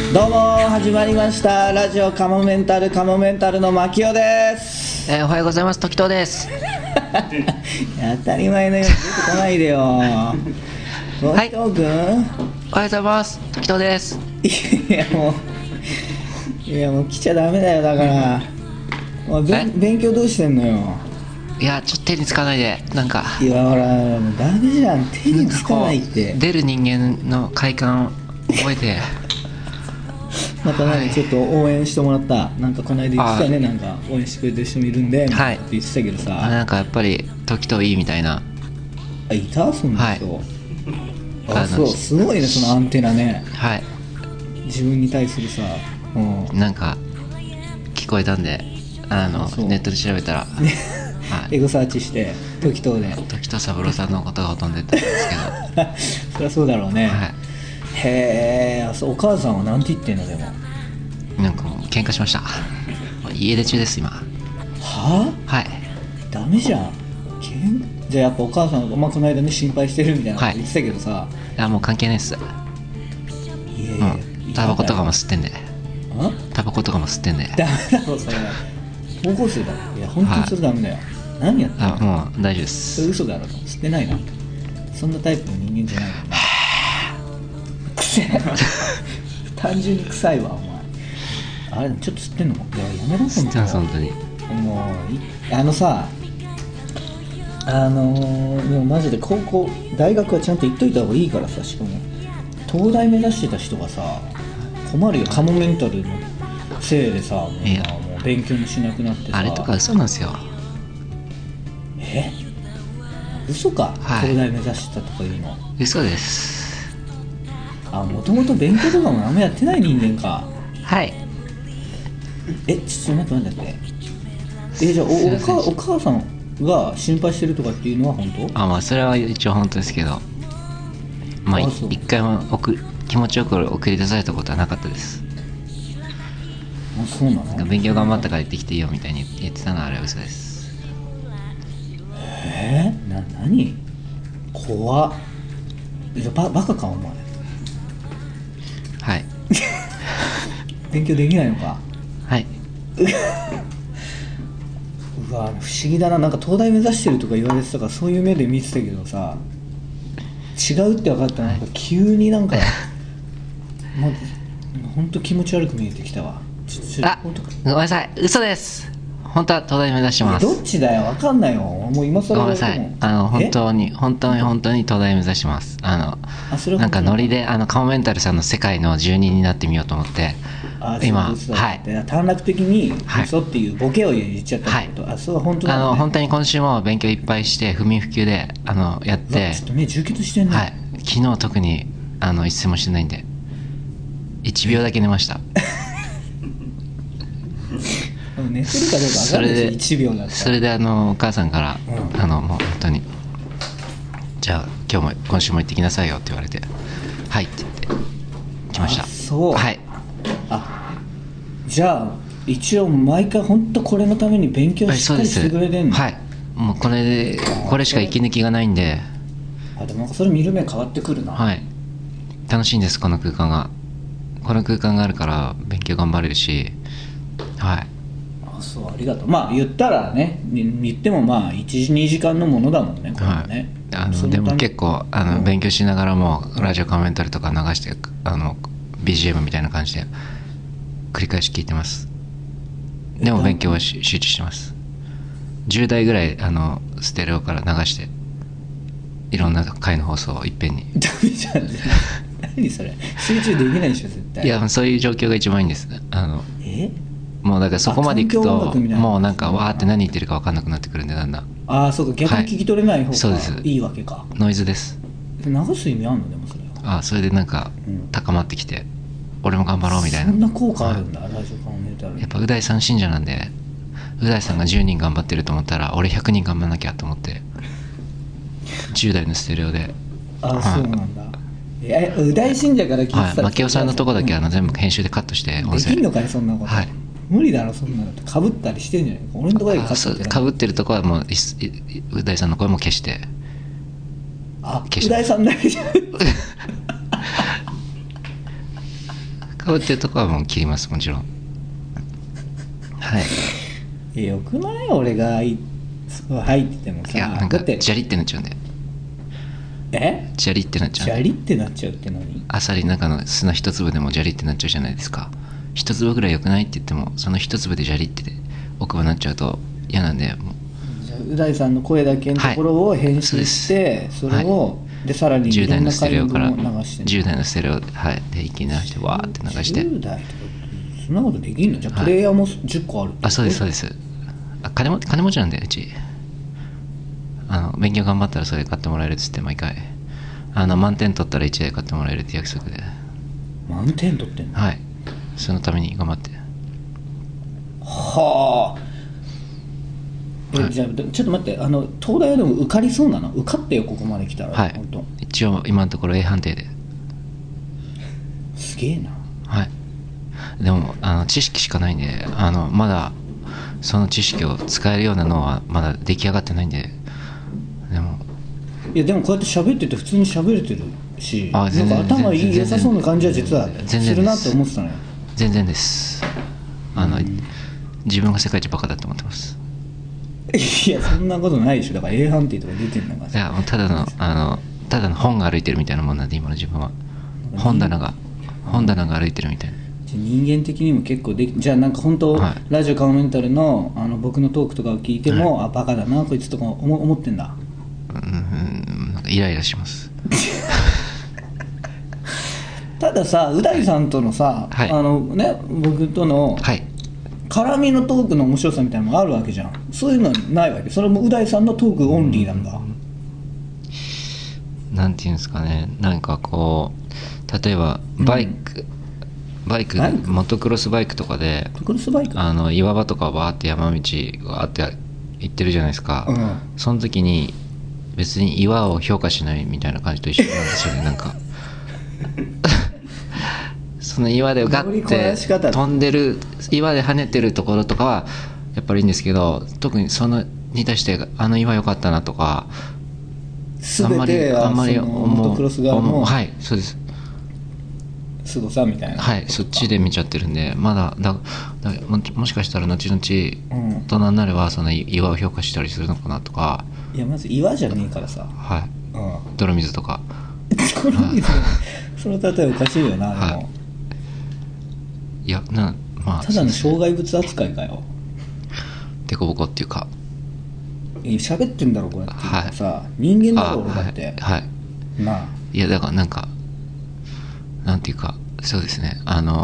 どうも始まりましたラジオカモメンタルの牧雄です。 おはようございます。時藤です。 当たり前のように出てこないでよ。時藤君、 おはようございます。時藤です。 いやもう来ちゃダメだよ。だからもう勉強どうしてんのよ。 いやちょっと手につかないで。なんかいやほらもうダメじゃん。手につかないって。 出る人間の快感を覚えてまた何、ちょっと応援してもらった。なんかこの間言ってたね。なんか応援してくれてる人もいるんで、 はいって言ってたけどさ、 なんかやっぱり時藤いいみたいな。 いたそんな人、 はい、 そうすごいねそのアンテナね。 はい、 自分に対するさ、 なんか聞こえたんでネットで調べたら、はい、 エゴサーチして時藤で時藤三郎さんのことがほとんど出てたんですけどそりゃそうだろうね、 はい、 へえ。お母さんはなんて言ってんの。でもなんかもう喧嘩しました。家出中です今。 はあ、 はい。 ダメじゃん。じゃあやっぱお母さんが、この間ね心配してるみたいなこと言ってたけどさ、 いやもう関係ないっす。 いやいや、 タバコとかも吸ってんで。タバコとかも吸ってんで。 ダメだろそれ。高校生だろ。いや本当にそれダメだよ、何やってんの。 もう大丈夫です。 それ嘘だろ。吸ってないな。そんなタイプの人間じゃないよね。臭い単純に臭いわお前。あれちょっと吸ってんの。いややめろ。 吸ってます本当に。 もうさ、でもマジで高校大学はちゃんと行っといた方がいいからさ。しかも東大目指してた人がさ困るよ。カモメンタルのせいでさ、もう勉強もしなくなってさ。 あれとか嘘なんですよ。 嘘か、 はい、 東大目指してたとかいうの嘘です。 もともと勉強とかもあんまやってない人間か。 はい。 ちょっと待って。じゃあお母さんが心配してるとかっていうのは本当？ それは一応本当ですけど、一回も気持ちよく送り出されたことはなかったです。 そうなの？ 勉強頑張ったから行ってきていいよみたいに言ってたのはあれは嘘です。 何怖っ。バカかお前。 はい勉強できないのか。 はい。 うわ不思議だな。なんか東大目指してるとか言われてたからそういう目で見てたけどさ、違うって分かったらなんか急になんかもうほんと気持ち悪く見えてきたわ。 ごめんなさい、嘘です。本当は東大目指してます。 どっちだよ分かんないよ。もう今更。 ごめんなさい、本当に東大目指します。なんかノリでカモメンタルさんの世界の住人になってみようと思って。今短絡的に嘘っていうボケを言っちゃったってこと。そう本当だね。 本当に今週も勉強いっぱいして不眠不休でやって。 ちょっと目充血してんね。 昨日特に一睡もしてないんで1秒だけ寝ました寝てるかどうか分かんないです。1秒だったら。それでお母さんから、もう本当にじゃあ今週も行ってきなさいよって言われて、はいって言って来ました。 そう。 はい。 じゃあ一応毎回本当これのために勉強しっかりしてくれてんの。 はい。もうこれしか息抜きがないんで。 でもそれ見る目変わってくるな。 はい。楽しいんです。この空間があるから勉強頑張れるし。はい。 そう、ありがとう。言ったらね、言っても1-2時間のものだもんね、これはね。 でも結構勉強しながらもラジオカメンタルとか流してBGM みたいな感じで繰り返し聞いてます。でも勉強は集中してます。10台ぐらいステレオから流していろんな回の放送をいっぺんに。 ダメじゃん何それ。集中できないでしょ絶対。 いやそういう状況が一番いいんです。もうだからそこまでいくともうなんかわーって何言ってるか分かんなくなってくるんでだんだん。 そうか、逆に聞き取れない方がいいわけか。 ノイズです。 流す意味あんの。でもそれはそれでなんか高まってきて、俺も頑張ろうみたいな。 そんな効果あるんだ、ラジオカモメンタル。 やっぱう大さん信者なんで、う大さんが10人頑張ってると思ったら俺100人頑張んなきゃと思って10台のステレオで。 そうなんだ。う大信者から聞いてたら、 牧雄さんのとこだけ全部編集でカットして音声。 できんのかいそんなこと。無理だろそんなの。かぶったりしてんじゃないか。俺のところでかぶってるとこはもうう大さんの声も消して。 う大さんだけじゃかぶってるとこはもう切ります、もちろん。はい。 よくない？俺がそう入っててもさ、 いや、なんかだってジャリってなっちゃうんで。ジャリってなっちゃう。 ジャリってなっちゃうって何？ アサリの中の砂一粒でもジャリってなっちゃうじゃないですか。一粒ぐらい良くないって言っても、その一粒でジャリって奥歯なっちゃうと嫌なんで、もうじゃあう大さんの声だけのところを編集して、それを、でさらにい 10 ろんな代のステレオから回分を流して 10代のステレオ、はい、で一気に流してわーって流して。 10代とかそんなことできんの？じゃあプレイヤーも10個あるってこと？ あ、そうですそうです。金持ちなんで、うち勉強頑張ったらそれ買ってもらえるっつって、毎回満点取ったら1台買ってもらえるって約束で。 満点取ってんの？ はい、そのために頑張って。 はあ。 はい、 じゃあちょっと待って、東大でも受かりそうなの？受かってよ、ここまで来たら。 はい本当一応今のところ A 判定で。 すげえな。 はい。でも知識しかないんで、まだその知識を使えるような脳はまだ出来上がってないんで。でもいやでもこうやって喋ってて普通に喋れてるし、なん全然か頭いい良さそうな感じは実は全然するなって思ってたのよ。 全然です。自分が世界一バカだと思ってます。 いやそんなことないでしょ。だから A 判定とか出てんだからさ。 いや、もうただの本が歩いてるみたいなもんなんで、今の自分は本棚が歩いてるみたいな。 人間的にも結構じゃあなんか本当、 はい、 ラジオカモメンタルの僕のトークとかを聞いても、あバカだなこいつとか思ってんだ。 なんかイライラします。 たださ、う大さんとのさ、 はい、 僕との絡みのトークの面白さみたいなのがあるわけじゃん。そういうのはないわけ？それもう大さんのトークオンリーなんだ。 なんていうんですかね、なんかこう例えばバイク、モトクロスバイクとかで岩場とかバーって山道バーって行ってるじゃないですか、その時に別に岩を評価しないみたいな感じと一緒なんですよね。なんかその岩でガッて飛んでる、岩で跳ねてるところとかはやっぱりいいんですけど、特にそのに対して岩良かったなとか、 全てはそのモトクロス側のはいそうです凄さみたいな、 はい、そっちで見ちゃってるんで、まだもしかしたら後々大人になればその岩を評価したりするのかなとか。 いやまず岩じゃねえからさ、 はい、泥水とか泥水その例えおかしいよな。でも、 いやまあただの障害物扱いかよ。 デコボコっていうか、 喋ってんだろこうやってさ、人間だろ俺だって。 はい、 なあ。 いやだからなんかなんていうか、そうですね、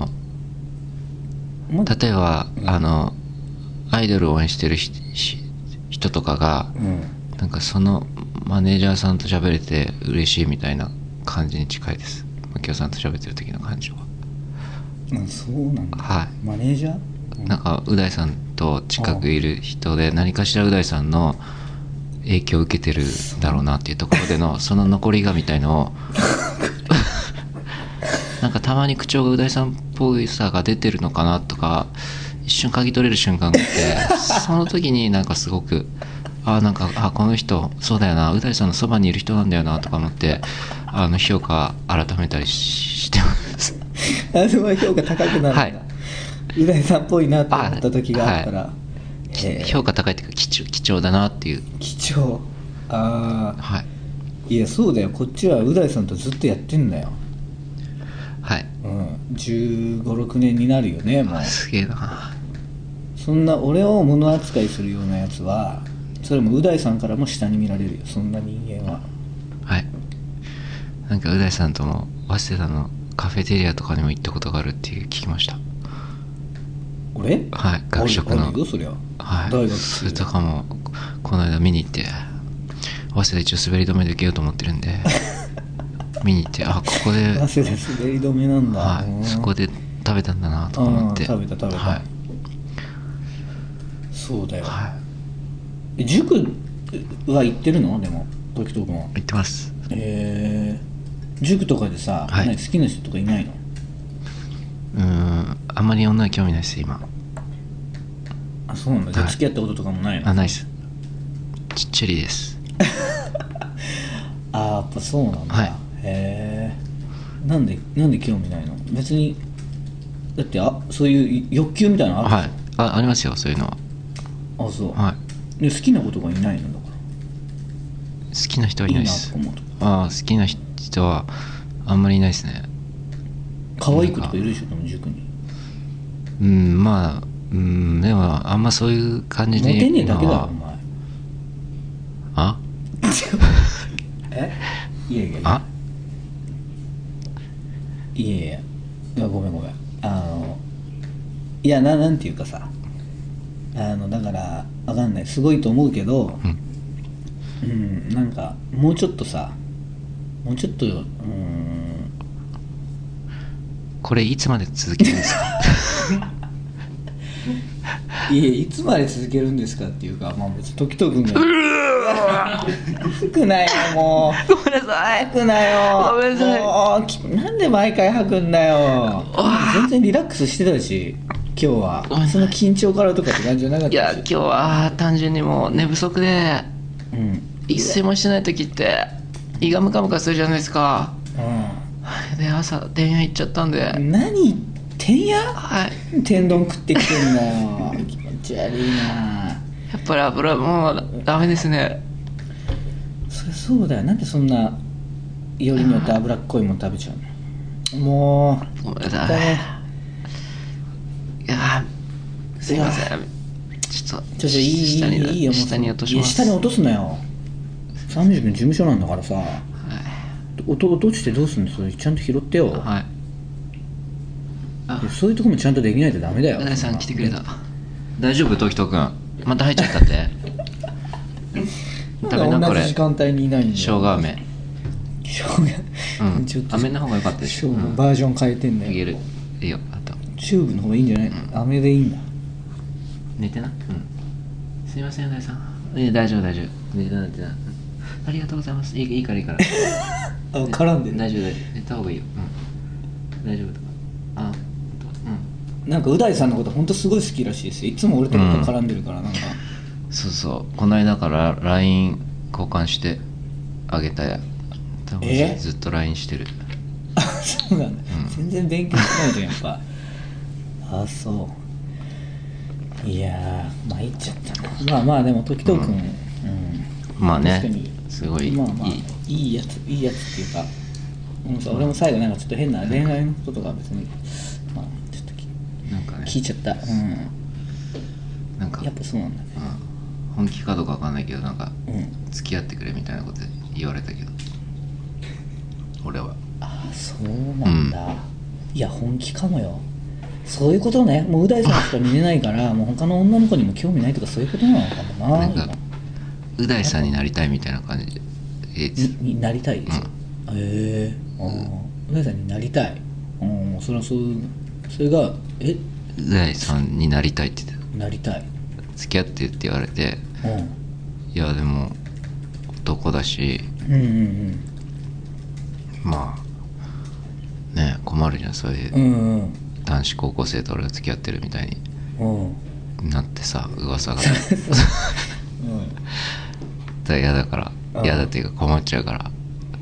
例えばアイドルを応援してる人とかが、なんかそのマネージャーさんと喋れて嬉しいみたいな感じに近いです。牧雄さんと喋ってる時の感情は。 そうなんだ。 はい、 マネージャー、 なんかう大さんと近くいる人で何かしらう大さんの影響を受けてるだろうなっていうところでのその残りがみたいのをなんかたまに口調がう大さんっぽいさが出てるのかなとか一瞬嗅ぎ取れる瞬間があってその時になんかすごくなんかこの人そうだよな、う大さんのそばにいる人なんだよなとか思って評価改めたりしてます。 それは評価高くなるんだ、はい、う大さんっぽいなと思った時があったら、はい、 評価高いっていうか貴重だなっていう。 貴重。はい。いやそうだよ、こっちはう大さんとずっとやってんだよ。 はい、 15、6年になるよね。もうすげえな。 そんな俺を物扱いするようなやつはそれもう大さんからも下に見られるよ、そんな人間は。 はい、なんかう大さんとも早稲田のカフェテリアとかにも行ったことがあるって聞きました。 俺？ はい、学食の。 そりゃ、 はい、それとかもこの間見に行って、早稲田一応滑り止めで受けようと思ってるんで見に行って、ここで早稲田滑り止めなんだ、 はい、そこで食べたんだなとか思って。 食べた、 はい、 そうだよ、 はい、 塾は行ってるの？でも時藤君は行ってます。 塾とかでさ、 はい、 好きな人とかいないの？ あんまり女に興味ないです今。 そうなんだ。じゃあ付き合ったこととかもないの？ ないです。チェリーですやっぱそうなんだ、 はい、 なんで興味ないの？別にだってそういう欲求みたいなのある。 はい、ありますよ、そういうのは。 あ、そう、 はい。 で好きな子とかいないのだから好きな人はいないです。 いいなと思うと。 好きな人はあんまりいないですね。 可愛い子とかいるでしょ、でも塾に。 まあでもあんまそういう感じでモテねえだけだろお前。 あえ、いやいやいやあいやいやいや、ごめんいや、なんていうかさ、だからわかんない、すごいと思うけど、なんかもうちょっとさ、もうちょっとこれいつまで続けるんですか？ いつまで続けるんですかっていうか、まあ別に時藤君が吐くなよもう。 ごめんなさい。 吐くなよ。 ごめんなさい。 もうなんで毎回吐くんだよ。全然リラックスしてたし、今日はその緊張からとかって感じじゃなかったし。 いや今日は単純にもう寝不足で、一睡もしてない時って胃がムカムカするじゃないですか。で朝電話行っちゃったんで。 何てんや、 はい、 天丼食ってきてんだよ。気持ち悪いな。 やっぱり油もうダメですね。 そりゃそうだよ。なんでそんなよりによって脂っこいもの食べちゃうの。もうごめんなさい。いやすいません、ちょっといいよ、 下に落とします。 下に落とすなよ。30分事務所なんだからさ、落としてどうすんの。それちゃんと拾ってよ。 はい。 そういうとこもちゃんとできないとダメだよ。 う大さん来てくれた。大丈夫時藤君、また入っちゃったって食べなこれ。 同じ時間帯にいないんだよ。 生姜飴。 生姜、ちょっと飴の方が良かったでしょ。 バージョン変えてんだよ。 いける。いいよ。あとチューブの方がいいんじゃないの。飴でいいんだ。 寝てな。すいません大さん。いや大丈夫寝てな。ありがとうございます。いいから絡んでる。 大丈夫寝た方がいいよ。大丈夫とか。 なんかう大さんのこと本当すごい好きらしいですよ。いつも俺と絡んでるから、なんかそうこの間から LINE 交換してあげたや。多分ずっと LINE してる。 そうなんだ、全然勉強してないじゃんやっぱ。そういやー参っちゃったな。まあでも時藤君、 まあね、 確かにすごいいいやつっていうか、俺も最後なんかちょっと変な恋愛のこととか別にちょっとなんかね聞いちゃった。 なんかやっぱそうなんだね。 本気かどうかわかんないけど、なんか付き合ってくれみたいなこと言われたけど、俺はそうなんだ、いや本気かもよ。そういうことね。もうう大さんしか見れないからもう他の女の子にも興味ないとかそういうことなのかもな。 なんかう大さんになりたいみたいな感じでになりたいですよ。う大さんになりたい。それはそれがう大さんになりたいって言ってなりたい。 付き合ってって言われて、いやでも男だし、まあね困るじゃん、そういう男子高校生と俺が付き合ってるみたいになってさ、噂が嫌だっていうか困っちゃうから。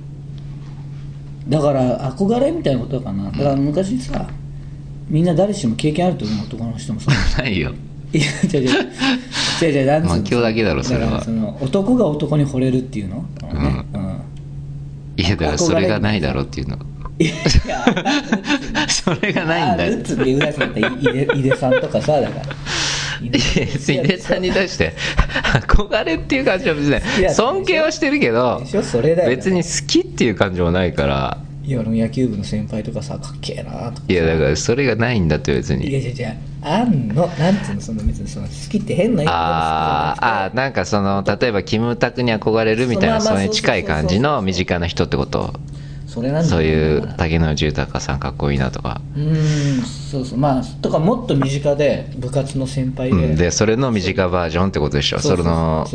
だから憧れみたいなことかな。だから昔さ、みんな誰しも経験あると思う。男の人もそうないよ。 いや違うなんつうの、 まあ今日だけだろそれは。 その男が男に惚れるっていうの、 いやだからそれがないだろっていうの。いやそれがないんだよ。 ルッツってう大さんだったら井出さんとかさ、だから井出さんに対して憧れっていう感じは別に尊敬はしてるけど、別に好きっていう感じもないから。 いや俺も野球部の先輩とかさ、かっけえなとか。 いやだからそれがないんだって別に。 いやあんの、なんつうの、その別にその好きって変な意味で好きじゃなくて、 なんかその例えばキムタクに憧れるみたいな、それに近い感じの身近な人ってこと。 それなんだ、 そういう竹野内豊さんかっこいいなとか。 そうまあとか、もっと身近で部活の先輩で、 でそれの身近バージョンってことでしょ。 そうだ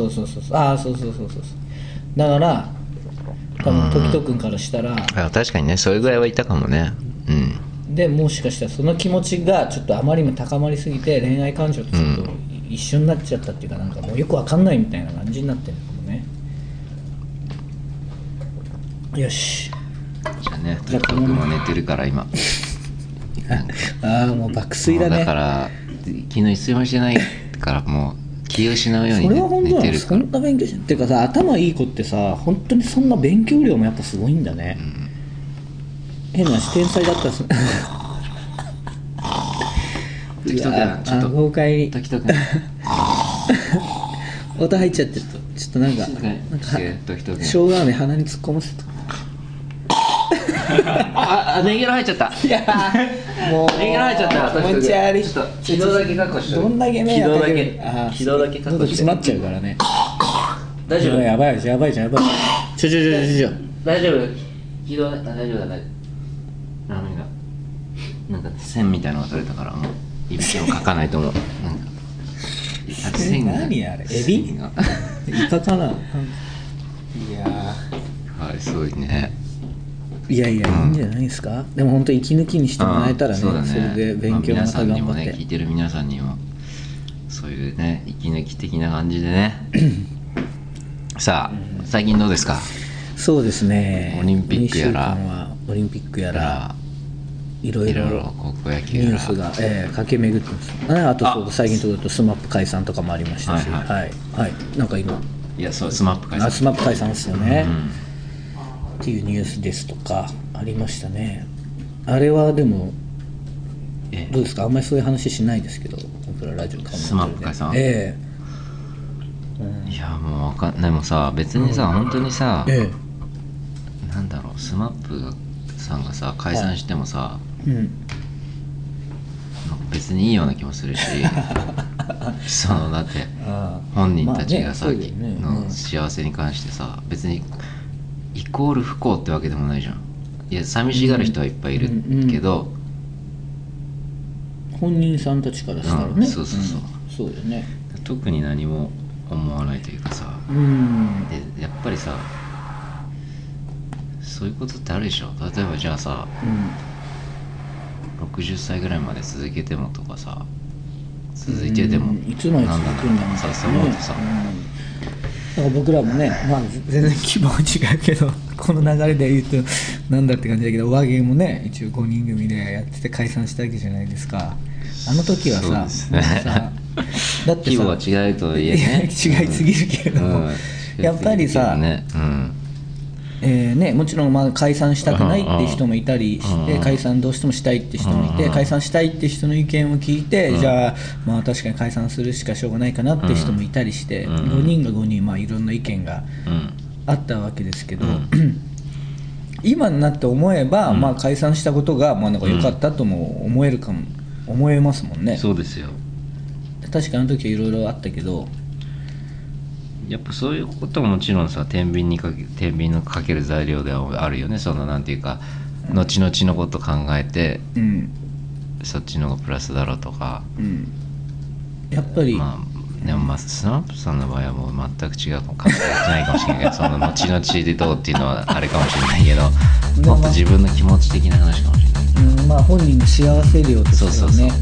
から多分時藤君からしたら、 確かにね、それぐらいはいたかもね。 でもしかしたらその気持ちがちょっとあまりにも高まりすぎて恋愛感情とちょっと一緒になっちゃったっていうか、なんかもうよくわかんないみたいな感じになってるのかもね。よし、 じゃあね、時藤君も寝てるから今行ああもう爆睡だね。 だから昨日一睡もしてないからもう気を失うように、 それは本当なの？ 寝てるから。 そんな勉強してっていうかさ、頭いい子ってさ本当にそんな勉強量もやっぱすごいんだね、変な話天才だったら時々なちょっと豪快に時々 音入っちゃってちょっとなんか時々 生姜飴鼻に突っ込ませたネギラ入っちゃった。 いやもうネギラ入っちゃった。 気持ち悪い。 ちょっと軌道だけ確保して。 どんだけ迷惑かける。 軌道だけ確保して。 喉詰まっちゃうからね。 大丈夫。 やばいじゃん。ちょ。 大丈夫。軌道大丈夫だ。ラーメンがなんか線みたいなのが取れたからもういびきをかかないと思う。なんか線が何あれ？エビ？イカかな。いやはいすごいね。 いやいや、いいんじゃないですか。でも本当息抜きにしてもらえたらね、それで勉強また頑張って、 皆さんにもね、聞いてる皆さんにもそういうね息抜き的な感じでねさあ最近どうですか。 そうですね、 オリンピックやら 2週間はオリンピックやらいろいろ高校野球ニやらュースが、駆け巡ってます。あとそう最近というとスマップ解散とかもありましたし、はいなんか今いやそうスマップ解散スマップ解散ですよね、っていうニュースですとかありましたね。あれはでもどうですか。あんまりそういう話しないですけど僕らラジオかもスマップ解散いやもう分かんない。もうさ別にさ、本当にさ、なんだろうスマップさんがさ解散してもさ、別にいいような気もするしそのだって本人たちがさ、の幸せに関してさ別にイコール不幸ってわけでもないじゃん。いや寂しがる人はいっぱいいるけど、 本人さんたちからしたらね、 そうそうよね。 特に何も思わないというかさ、でやっぱりさそういうことってあるでしょ。例えばじゃあさ、60歳ぐらいまで続けてもとかさ続いてでもいつまで続くんだろうさそう思うとさ、 だから僕らもね、全然規模は違うけどこの流れで言うとなんだって感じだけど和芸もね一応5人組でやってて解散したわけじゃないですか。あの時はさ、 そうですねだってさ規模は違うとはいえね違いすぎるけれども、やっぱりさ、もちろん解散したくないって人もいたりして、解散どうしてもしたいって人もいて、解散したいって人の意見を聞いて、じゃあ確かに解散するしかしょうがないかなって人もいたりして、5人が5人いろんな意見があったわけですけど、今になって思えば、解散したことがなんか良かったとも思えますもんね。 そうですよ。 確かあの時はいろいろあったけど、 やっぱそういうことももちろんさ天秤のかける材料ではあるよね。そのなんていうか後々のこと考えて、そっちの方がプラスだろうとか、 やっぱりでもスナップさんの場合はもう全く違うかもないかもしれないけどその後々でどうっていうのはあれかもしれないけどもっと自分の気持ち的な話かもしれないけど、 本人の幸せ量としてはね。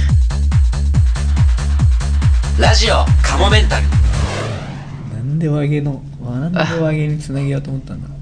ラジオカモメンタルなんで和芸につなげようと思ったんだ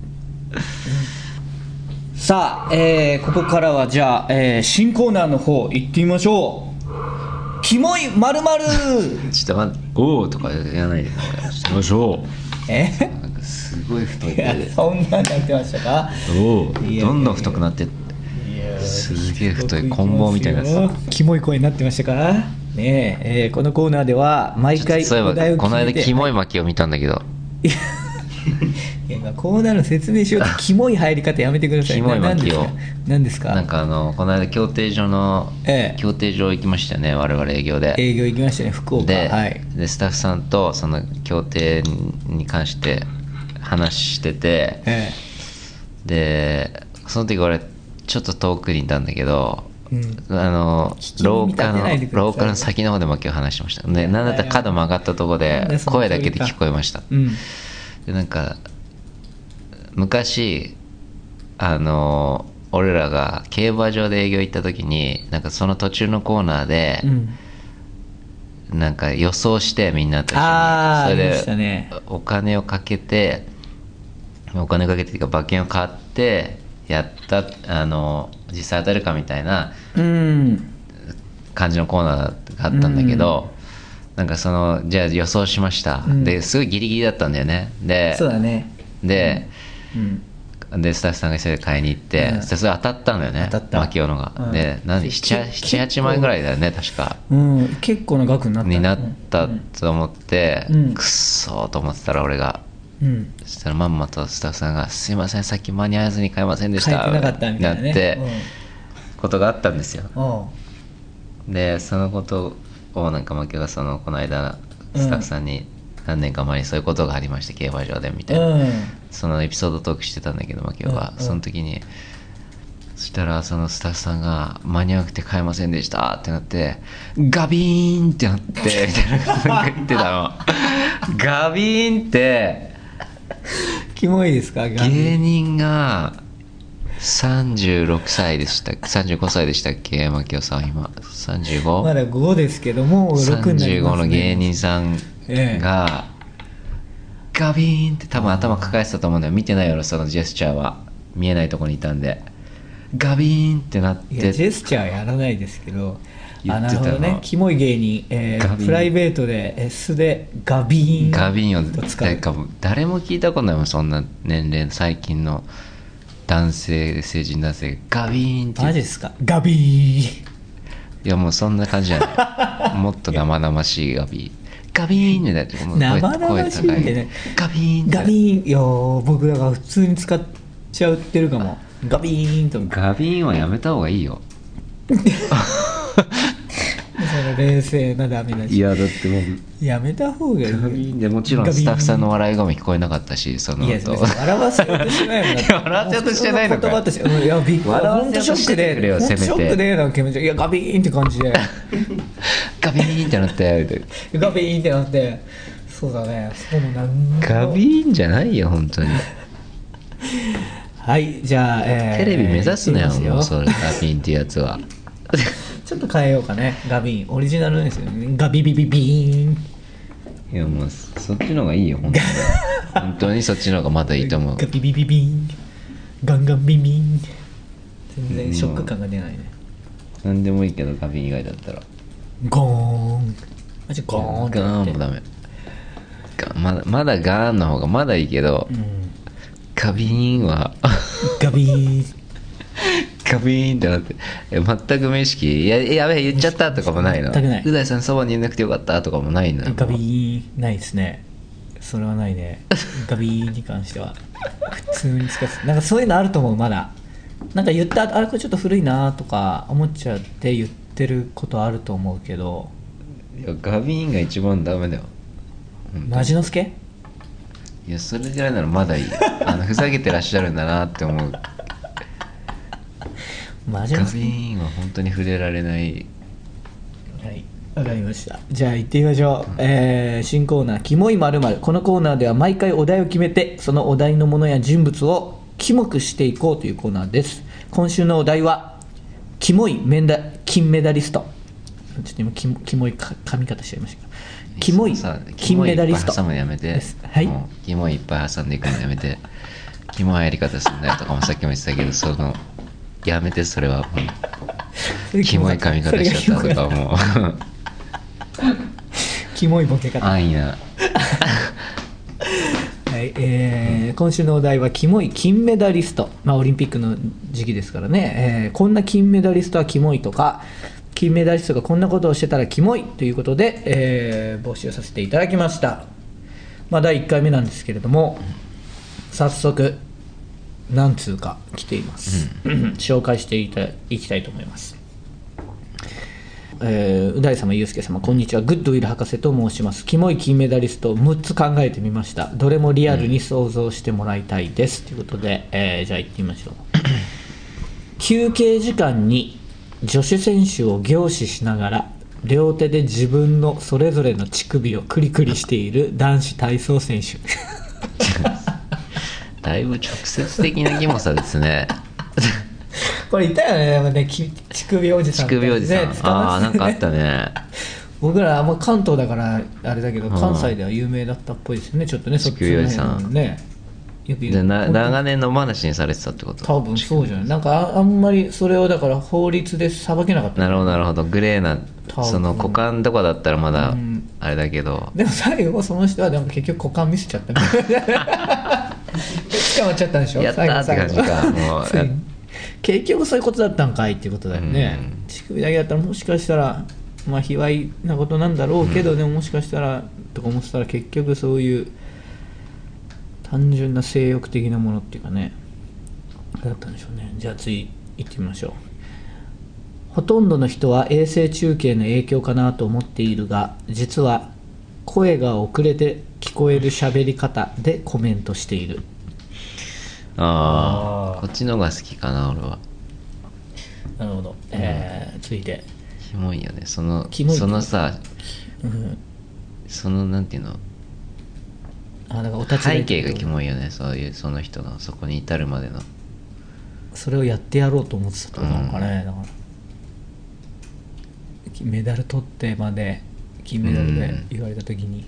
さあ、ここからはじゃあ、新コーナーの方行ってみましょう。キモい〇〇 ちょっと待っておーとか言わないでしましょう。なんかすごい太い声でそんなんなってましたか。 おーどんどん太くなってすげえ太い棍棒みたいなやつ。 キモい声になってましたかね。このコーナーでは毎回そういえばお題を聞いて、 この間キモい巻きを見たんだけどいやコーナーの説明しようとキモい入り方やめてください。 キモい巻きを何ですか。 なんかこの間競艇場行きましたよね。我々営業行きましたね福岡で、 はい、 でスタッフさんとその競艇に関して話してて、でその時俺ちょっと遠くにいたんだけど、廊下の先の方で巻きを話してました。でなんだったら角曲がったところで声だけで聞こえました。でなんか昔俺らが競馬場で営業行った時になんかその途中のコーナーで、なんか予想してみんなと一緒にそれでお金をかけてっていうか馬券を買ってやった実際当たるかみたいなうん感じのコーナーがあったんだけど、なんかじゃあ予想しました、ですごいギリギリだったんだよね。でそうだね。 でスタッフさんが急いで買いに行って、それ当たったんだよね、 当たった。 マキオのが、で7,8 万円ぐらいだよね確か、 結構な額になったと思って、くっそーと思ってたら俺が、そしたらまんまとスタッフさんが「すいませんさっき間に合わずに買えませんでした」 買えてなかったみたいなねなってことがあったんですよ。でそのことをなんかマキオがこの間スタッフさんに何年か前にそういうことがありました競馬場でみたいな、そのエピソードトークしてたんだけどマキオが、その時にそしたらそのスタッフさんが間に合わなくて買えませんでしたってなってガビーンってなってみたいなこと言ってたのガビーンってキモいですか？ 芸人が36歳でした35歳でしたっけマキオさん今 35？ まだ5ですけども6になりますね。 35の芸人さんがガビーンって多分頭抱えてたと思うんだよ。見てないよそのジェスチャーは見えないところにいたんでガビーンってなって、 いやジェスチャーやらないですけど、 言ってたの。 なるほどね。キモい芸人、プライベートで素でガビーンと使う。 なんか誰も聞いたことないもんそんな年齢最近の成人男性がガビーンって。 マジですか？ガビーン。 いやもうそんな感じじゃないもっと生々しいガビーンガビーンみたいな生々しいんでね。 ガビーンガビーン。いや僕だから普通に使っちゃってるかも。ガビーンと。 ガビーンはやめた方がいいよその冷静なダメだし。 いやだってもうやめた方がいい。 ガビーンでもちろんスタッフさんの笑い声も聞こえなかったしそのいや笑わせようとしてないもんだって。 笑わせようとしてないのか言葉としていやびっくり。本当ショックでせめてショックでなんか気持ちいやガビーンって感じでガビーンってなってみたいなガビーンってなってそうだね。そうもなんガビーンじゃないよ本当に。 はいじゃあ、 テレビ目指すなよもうそれガビーンってやつはちょっと変えようかね。ガビーンオリジナルですよね。ガビビビビーン。 いやもうそっちの方がいいよ本当に本当にそっちの方がまだいいと思う。 ガビビビビンガンガンビビン。全然ショック感が出ないね。 何でもいいけどガビン以外だったらゴーン。マジゴーンってガなってーンもダメ。まだガーンの方がまだいいけど、ガビーンはガビーンガビーンってなって全く無意識やべえ言っちゃったとかもないの。 全くないう大さんそばにいなくてよかったとかもないの。 ガビーンないですね。それはないね。ガビーンに関しては普通に使ってなんかそういうのあると思う。まだなんか言ったあれこれちょっと古いなとか思っちゃって言ってることあると思うけど。 いやガビーンが一番ダメだよマジのすけ。 いやそれぐらいならまだいいふざけてらっしゃるんだなって思う。 マジのすけ。 ガビーンは本当に触れられない。 はいわかりました。じゃあ行ってみましょう、新コーナーキモい〇〇。このコーナーでは毎回お題を決めてそのお題のものや人物をキモくしていこうというコーナーです。今週のお題はキモい金メダリスト。ちょっと今キモい噛み方しちゃいましたけどキモい金メダリストキモいいっぱい挟むのやめて、 はい、 もうキモいいっぱい挟んでいくのやめてキモいやり方すんなよとかもさっきも言ってたけどやめてそれはもうキモい髪型しちゃったとかもうキモいボケ方。 安易なはい、今週のお題はキモい金メダリスト。オリンピックの時期ですからね、こんな金メダリストはキモいとか金メダリストがこんなことをしてたらキモいということで、募集させていただきました。第1回目なんですけれども早速何通か来ています、紹介していきたいと思います。う大様ゆうすけ様こんにちは。グッドウィル博士と申します。キモい金メダリストを6つ考えてみました。どれもリアルに想像してもらいたいです、ということで、じゃあ行ってみましょう。休憩時間に女子選手を凝視しながら両手で自分のそれぞれの乳首をクリクリしている男子体操選手だいぶ直接的なキモさですねこれいたよね。でもね乳首おじさん、 乳首おじさん、ああなんかあったね僕ら関東だからあれだけど、関西では有名だったっぽいですよね。ちょっとねそっちの辺ねよく言うじゃあ長年の話にされてたってこと？ 多分そうじゃない。なんかあんまりそれをだから法律で裁けなかった。 なるほどなるほど、グレーな多分その股間とかだったらまだうんあれだけど、 でも最後その人はでも結局股間見せちゃったみたいな捕まっちゃったんでしょ、 やったーって感じかもうついに結局そういうことだったんかいっていうことだよね、乳首だけだったらもしかしたらまあ卑猥なことなんだろうけど、でももしかしたらとか思ってたら結局そういう単純な性欲的なものっていうかねだったんでしょうね。じゃあ次行ってみましょう。ほとんどの人は衛星中継の影響かなと思っているが、実は声が遅れて聞こえる喋り方でコメントしている。 ああこっちのが好きかな俺は。 なるほど、続いてキモいよねそのキモいそのさ、 うんそのなんていうのだからお立ち背景がキモいよね、そういうその人のそこに至るまでの。 それをやってやろうと思ってたってことなのかね、だからメダル取ってまで金メダルで言われた時に、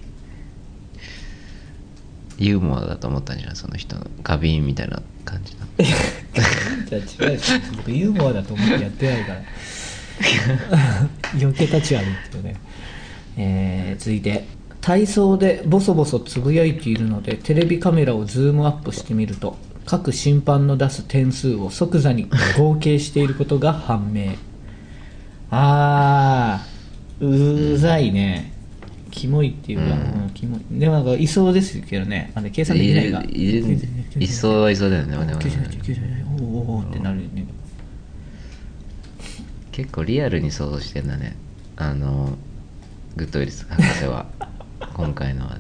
ユーモアだと思ったんじゃんその人の花瓶みたいな感じのじゃあ違うでしょ僕ユーモアだと思ってやってないから余計立ち悪いっていうね。続いて体操でボソボソつぶやいているのでテレビカメラをズームアップしてみると各審判の出す点数を即座に合計していることが判明。うざいね。キモいっていうか、キモい。でもなんかいそうですけどね。計算できないが。 いそうはいそうだよね。でもおおってなるよね。 結構リアルに想像してんだねグッドウィルス博士は今回のは、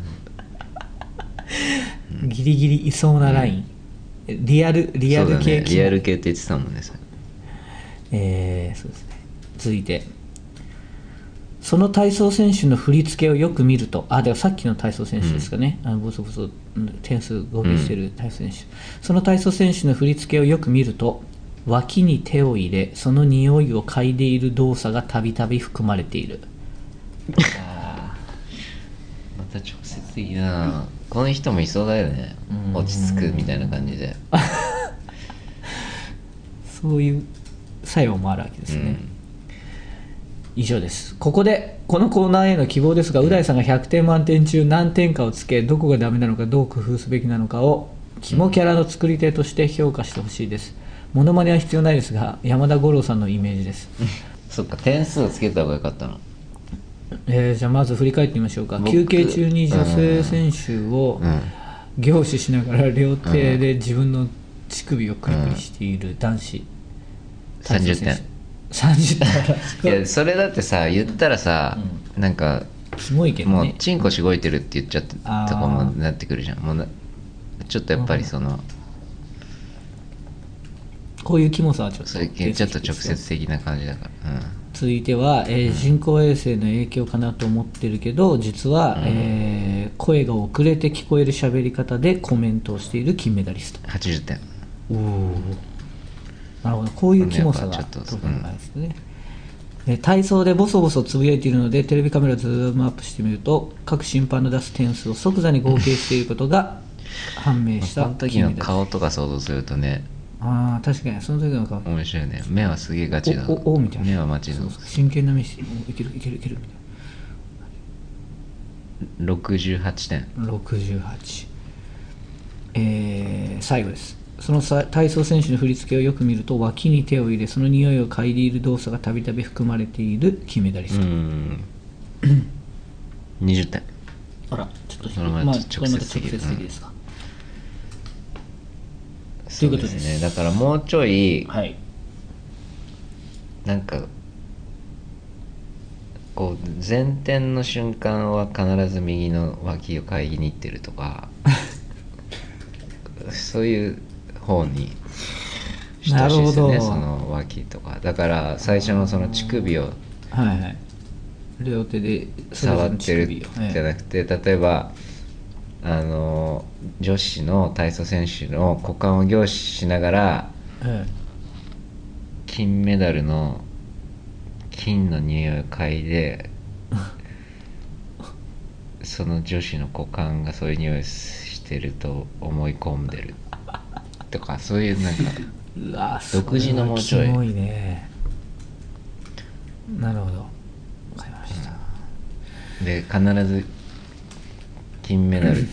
ギリギリいそうなライン、リアル系、 ね、リアル系って言ってたもんねそれ。そうですね。続いてその体操選手の振り付けをよく見るとでもさっきの体操選手ですかね、ボソボソ点数合計してる体操選手、その体操選手の振り付けをよく見ると脇に手を入れその匂いを嗅いでいる動作がたびたび含まれている。 また直接的なこの人もいそうだよね、落ち着くみたいな感じでそういう作用もあるわけですね、以上です。ここでこのコーナーへの希望ですが、う大さんが100点満点中何点かをつけどこがダメなのかどう工夫すべきなのかをキモキャラの作り手として評価してほしいです。モノマネは必要ないですが山田五郎さんのイメージですそっか点数をつけた方がよかったの。 じゃあまず振り返ってみましょうか。休憩中に女性選手を凝視しながら両手で自分の乳首をクリクリしている男子、 30点 30点いやそれだってさ言ったらさ、なんかキモいけどね。 もうチンコしごいてるって言っちゃってとかもなってくるじゃん。もうちょっとやっぱりその、 こういうキモさはちょっとそれちょっと直接的な感じだから、 続いては、人工衛星の影響かなと思ってるけど実は、声が遅れて聞こえる喋り方でコメントをしている金メダリスト。 80点。 おお、なるほど。こういうキモさがちょっと特にあるんですね。体操でボソボソつぶやいているのでテレビカメラをズームアップしてみると各審判の出す点数を即座に合計していることが判明したその時の顔とか想像するとね、 確かにその時の顔面白いね。目はすげえガチだ。 おみたいな。 目はマジの真剣な目していけるいけるいけるみたいな。 68点。 68。最後です。その体操選手の振り付けをよく見ると脇に手を入れその匂いを嗅いでいる動作がたびたび含まれている金メダリスト。 20点。 あらちょっとそれまた直接的ですか、 ということですね。だからもうちょい、なんかこう前転の瞬間は必ず右の脇を嗅ぎに行ってるとかそういう方にしてほしいですよね。その脇とかだから最初のその乳首を両手で触ってるじゃなくて、例えば女子の体操選手の股間を凝視しながら、金メダルの金の匂いを嗅いでその女子の股間がそういう匂いしててると思い込んでるとか、そういうなんかうわ独自のもうちょいキモいね。なるほど、わかりました、 で必ず金メダル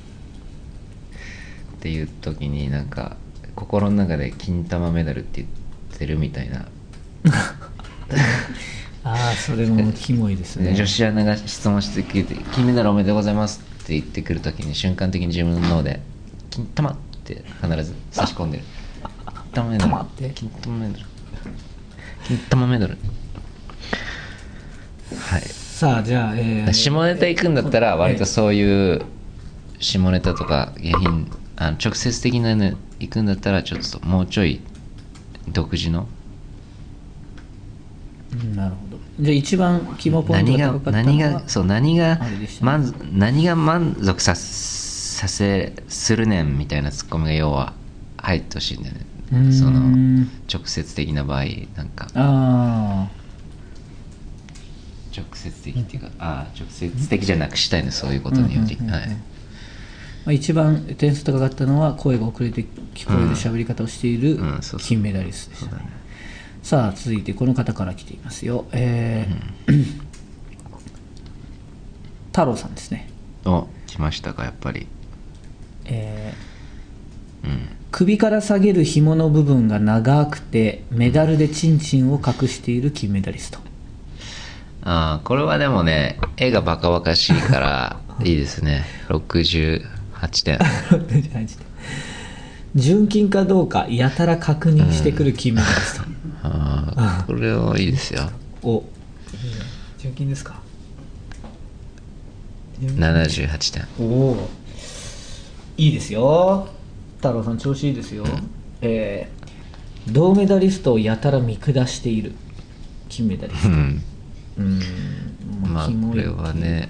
っていう時になんか心の中で金玉メダルって言ってるみたいなああそれもキモいですね。 女子アナが質問してくれて「金メダルおめでとうございます」って言ってくる時に瞬間的に自分の脳で「金玉」って必ず差し込んでる。金玉メダル玉って金玉メダル金玉メダル。はい。 さあじゃあ、 下ネタ行くんだったら割とそういう下ネタとか下品直接的なの行くんだったらちょっともうちょい独自のなるほど。じゃあ一番肝ポイントが高かったのは何があれでしたね何が満足させするねんみたいなツッコミが要は入ってほしいんだよね。その直接的な場合なんかあ直接的っていうか直接的じゃなくしたいのそういうことにより、はい。 あ、一番点数高かったのは声が遅れて聞こえる喋り方をしているそうそう金メダリストでしたね。さあ続いてこの方から来ていますよ、太郎さんですね。 来ましたかやっぱり。 首から下げる紐の部分が長くてメダルでチンチンを隠している金メダリスト。 これはでもね絵がバカバカしいからいいですね。68点純金かどうかやたら確認してくる金メダリスト、 これはいいですよ。 純金ですか。 78点。 おおいいですよ。太郎さん調子いいですよ、銅メダリストをやたら見下している金メダリスト。 まあこれはね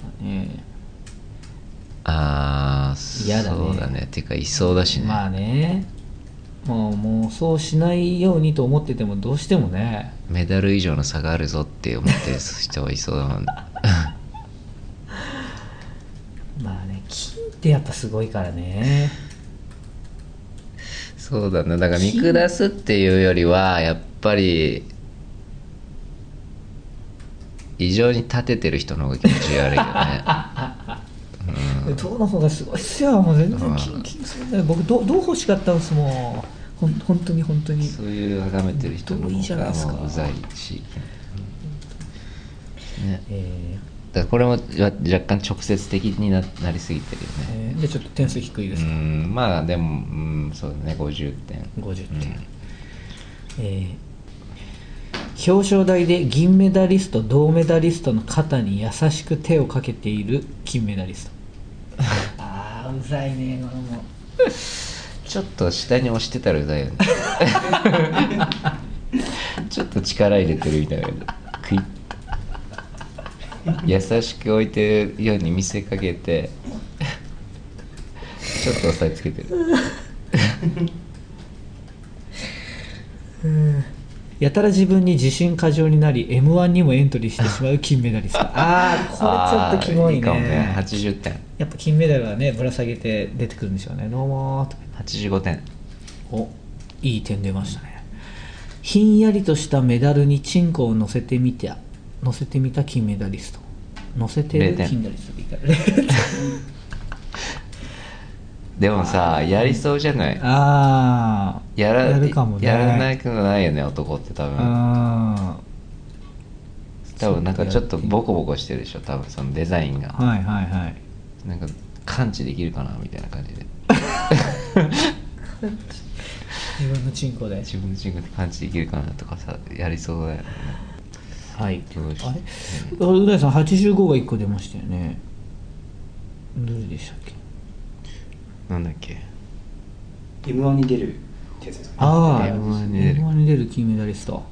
嫌だね。 そうだね。てかいそうだしね。 まあねもうそうしないようにと思っててもどうしてもねメダル以上の差があるぞって思ってる人はいそうだもんね。 まあね金ってやっぱすごいからね。 そうだね。だから見下すっていうよりはやっぱり異常に立ててる人の方が気持ち悪いよね。 銅の方がすごいっすよ。もう全然金そうだよ。僕銅欲しかったんですもん。本当にそういう崇めてる人のいいじゃないですか方がもううざいし、ね。だからこれも若干直接的になりすぎてるよね。 でちょっと点数低いですか。 まあでもそうだね50点。 表彰台で銀メダリスト銅メダリストの肩に優しく手をかけている金メダリスト。うざいねこれも。 ちょっと下に押してたらうざいよね。ちょっと力入れてるみたいな。クイッ優しく置いてるように見せかけてちょっと押さえつけてる。 やたら自分に自信過剰になり M1 にもエントリーしてしまう金メダリスト。これちょっとキモいね。 いいかもね。80点。 やっぱ金メダルはねぶら下げて出てくるんでしょうね。どうもーとか。 85点。 いい点出ましたね。ひんやりとしたメダルにチンコを乗せてみた金メダリスト。乗せてる金メダリストでいいから。 でもさやりそうじゃない。 やるかもね。 やらないくないよね男って多分なんかちょっとボコボコしてるでしょ多分そのデザインが。なんか感知できるかなみたいな感じで。 自分のチンコで感知できるかなとかさやりそうだよね。 はい。う大さん85が1個出ましたよね。どれでしたっけ。 なんだっけ。 M1 に出るってやつですね。 M1 に出る金メダリスト。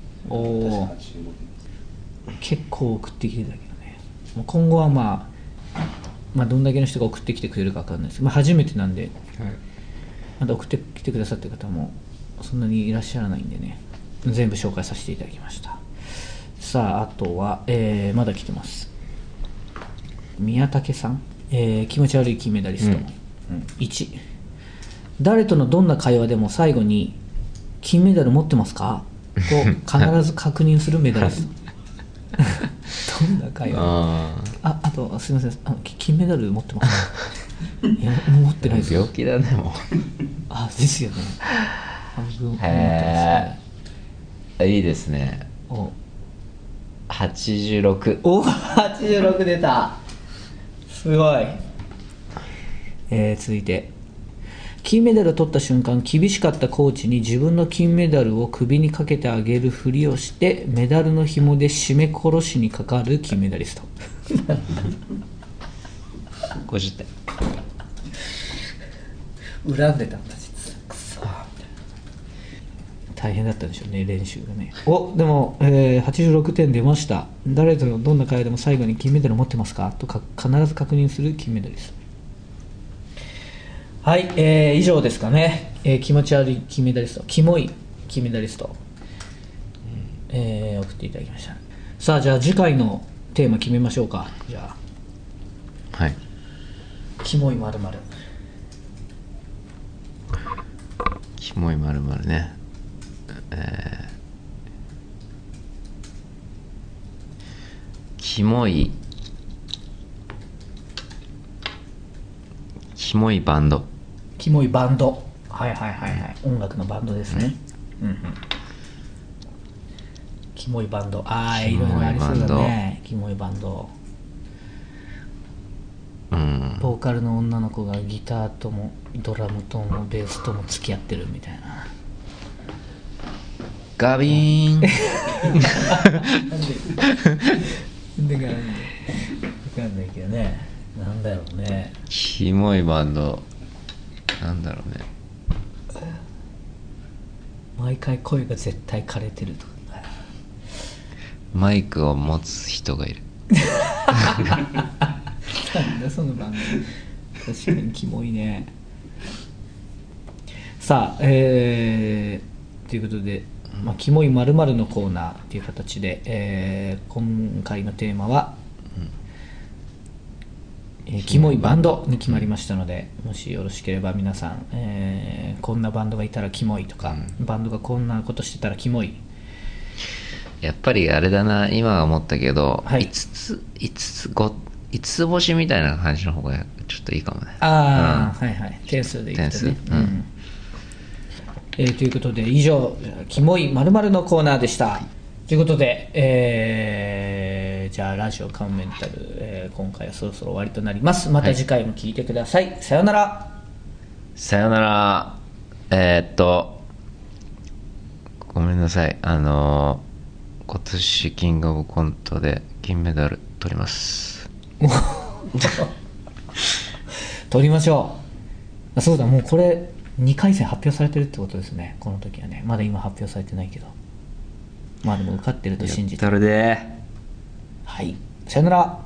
結構送ってきてたけどね。今後はまあどんだけの人が送ってきてくれるか分かんないですけど、初めてなんで、まだ送ってきてくださってる方もそんなにいらっしゃらないんでね全部紹介させていただきました。さああとは、まだ来てます。宮武さん、気持ち悪い金メダリスト、 1、誰とのどんな会話でも最後に金メダル持ってますかと必ず確認するメダリストどんな会話あとすみません金メダル持ってますかいや持ってないですよ。 病気だねもうですよね。半分持ってますね。いいですね。86。 86出た。すごい。続いて、金メダルを取った瞬間、厳しかったコーチに自分の金メダルを首にかけてあげるふりをしてメダルの紐で絞め殺しにかかる金メダリスト 50点。 恨んでたんだ実は。くそみたいな。大変だったんでしょうね練習がね。でも、86点出ました。誰とのどんな会話でも最後に金メダル持ってますかと必ず確認する金メダリスト。はい、以上ですかね。気持ち悪い金メダリスト、キモい金メダリスト、送っていただきました。さあじゃあ次回のテーマ決めましょうか。じゃあはい、 キモい〇〇。 キモい〇〇ね。キモいバンド。 キモいバンド。はいはいはいはい。音楽のバンドですね。キモいバンド。いろいろありそうだね。キモいバンド。ボーカルの女の子がギターともドラムともベースとも付き合ってるみたいな。 ガビーンで分かんないけどね。なんだろうね。 キモいバンドなんだろうね。 毎回声が絶対枯れてるとか。 マイクを持つ人がいる。 なんだその番組。確かにキモいね。さあ、ということで、キモい〇〇のコーナーという形で、今回のテーマは、キモいバンドに決まりましたので、もしよろしければ皆さん、こんなバンドがいたらキモいとか、バンドがこんなことしてたらキモい。 やっぱりあれだな、今思ったけど、 はい、 5つ星みたいな感じの方がちょっといいかもね。 はいはい、点数でいくとね。ということで以上キモい〇〇のコーナーでした。ということで、じゃあラジオカモメンタル、今回はそろそろ終わりとなります。また次回も聞いてください。さよなら。 さよなら。ごめんなさい。今年キングオブコントで金メダル取ります。 取りましょう。そうだ、もうこれ2回戦発表されてるってことですね。この時はね、まだ今発表されてないけど、でも受かってると信じて。 やったるで。 はい、さよなら。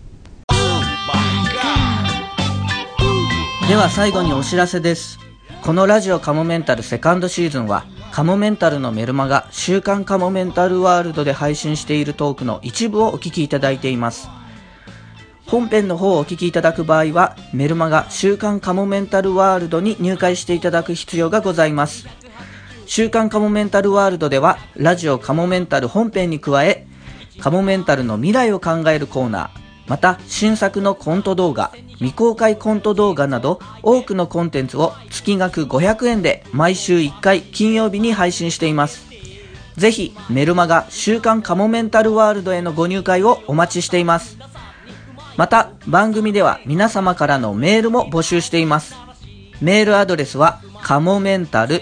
では最後にお知らせです。このラジオカモメンタルセカンドシーズンは、カモメンタルのメルマガ週刊カモメンタルワールドで配信しているトークの一部をお聞きいただいています。本編の方をお聞きいただく場合は、メルマガ週刊カモメンタルワールドに入会していただく必要がございます。週刊カモメンタルワールドでは、ラジオカモメンタル本編に加え、カモメンタルの未来を考えるコーナー、また新作のコント動画、未公開コント動画など多くのコンテンツを月額500円で毎週1回金曜日に配信しています。ぜひメルマガ週刊カモメンタルワールドへのご入会をお待ちしています。また番組では皆様からのメールも募集しています。メールアドレスはカモメンタル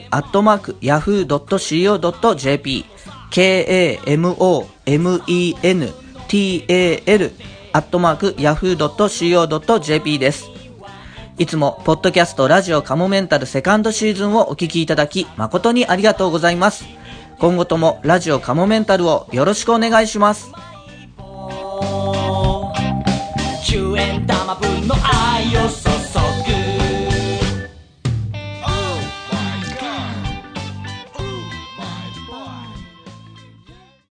@yahoo.co.jp kamomental@yahoo.co.jp です。いつもポッドキャストラジオカモメンタルセカンドシーズンをお聞きいただき誠にありがとうございます。今後ともラジオカモメンタルをよろしくお願いします。10円玉分の愛を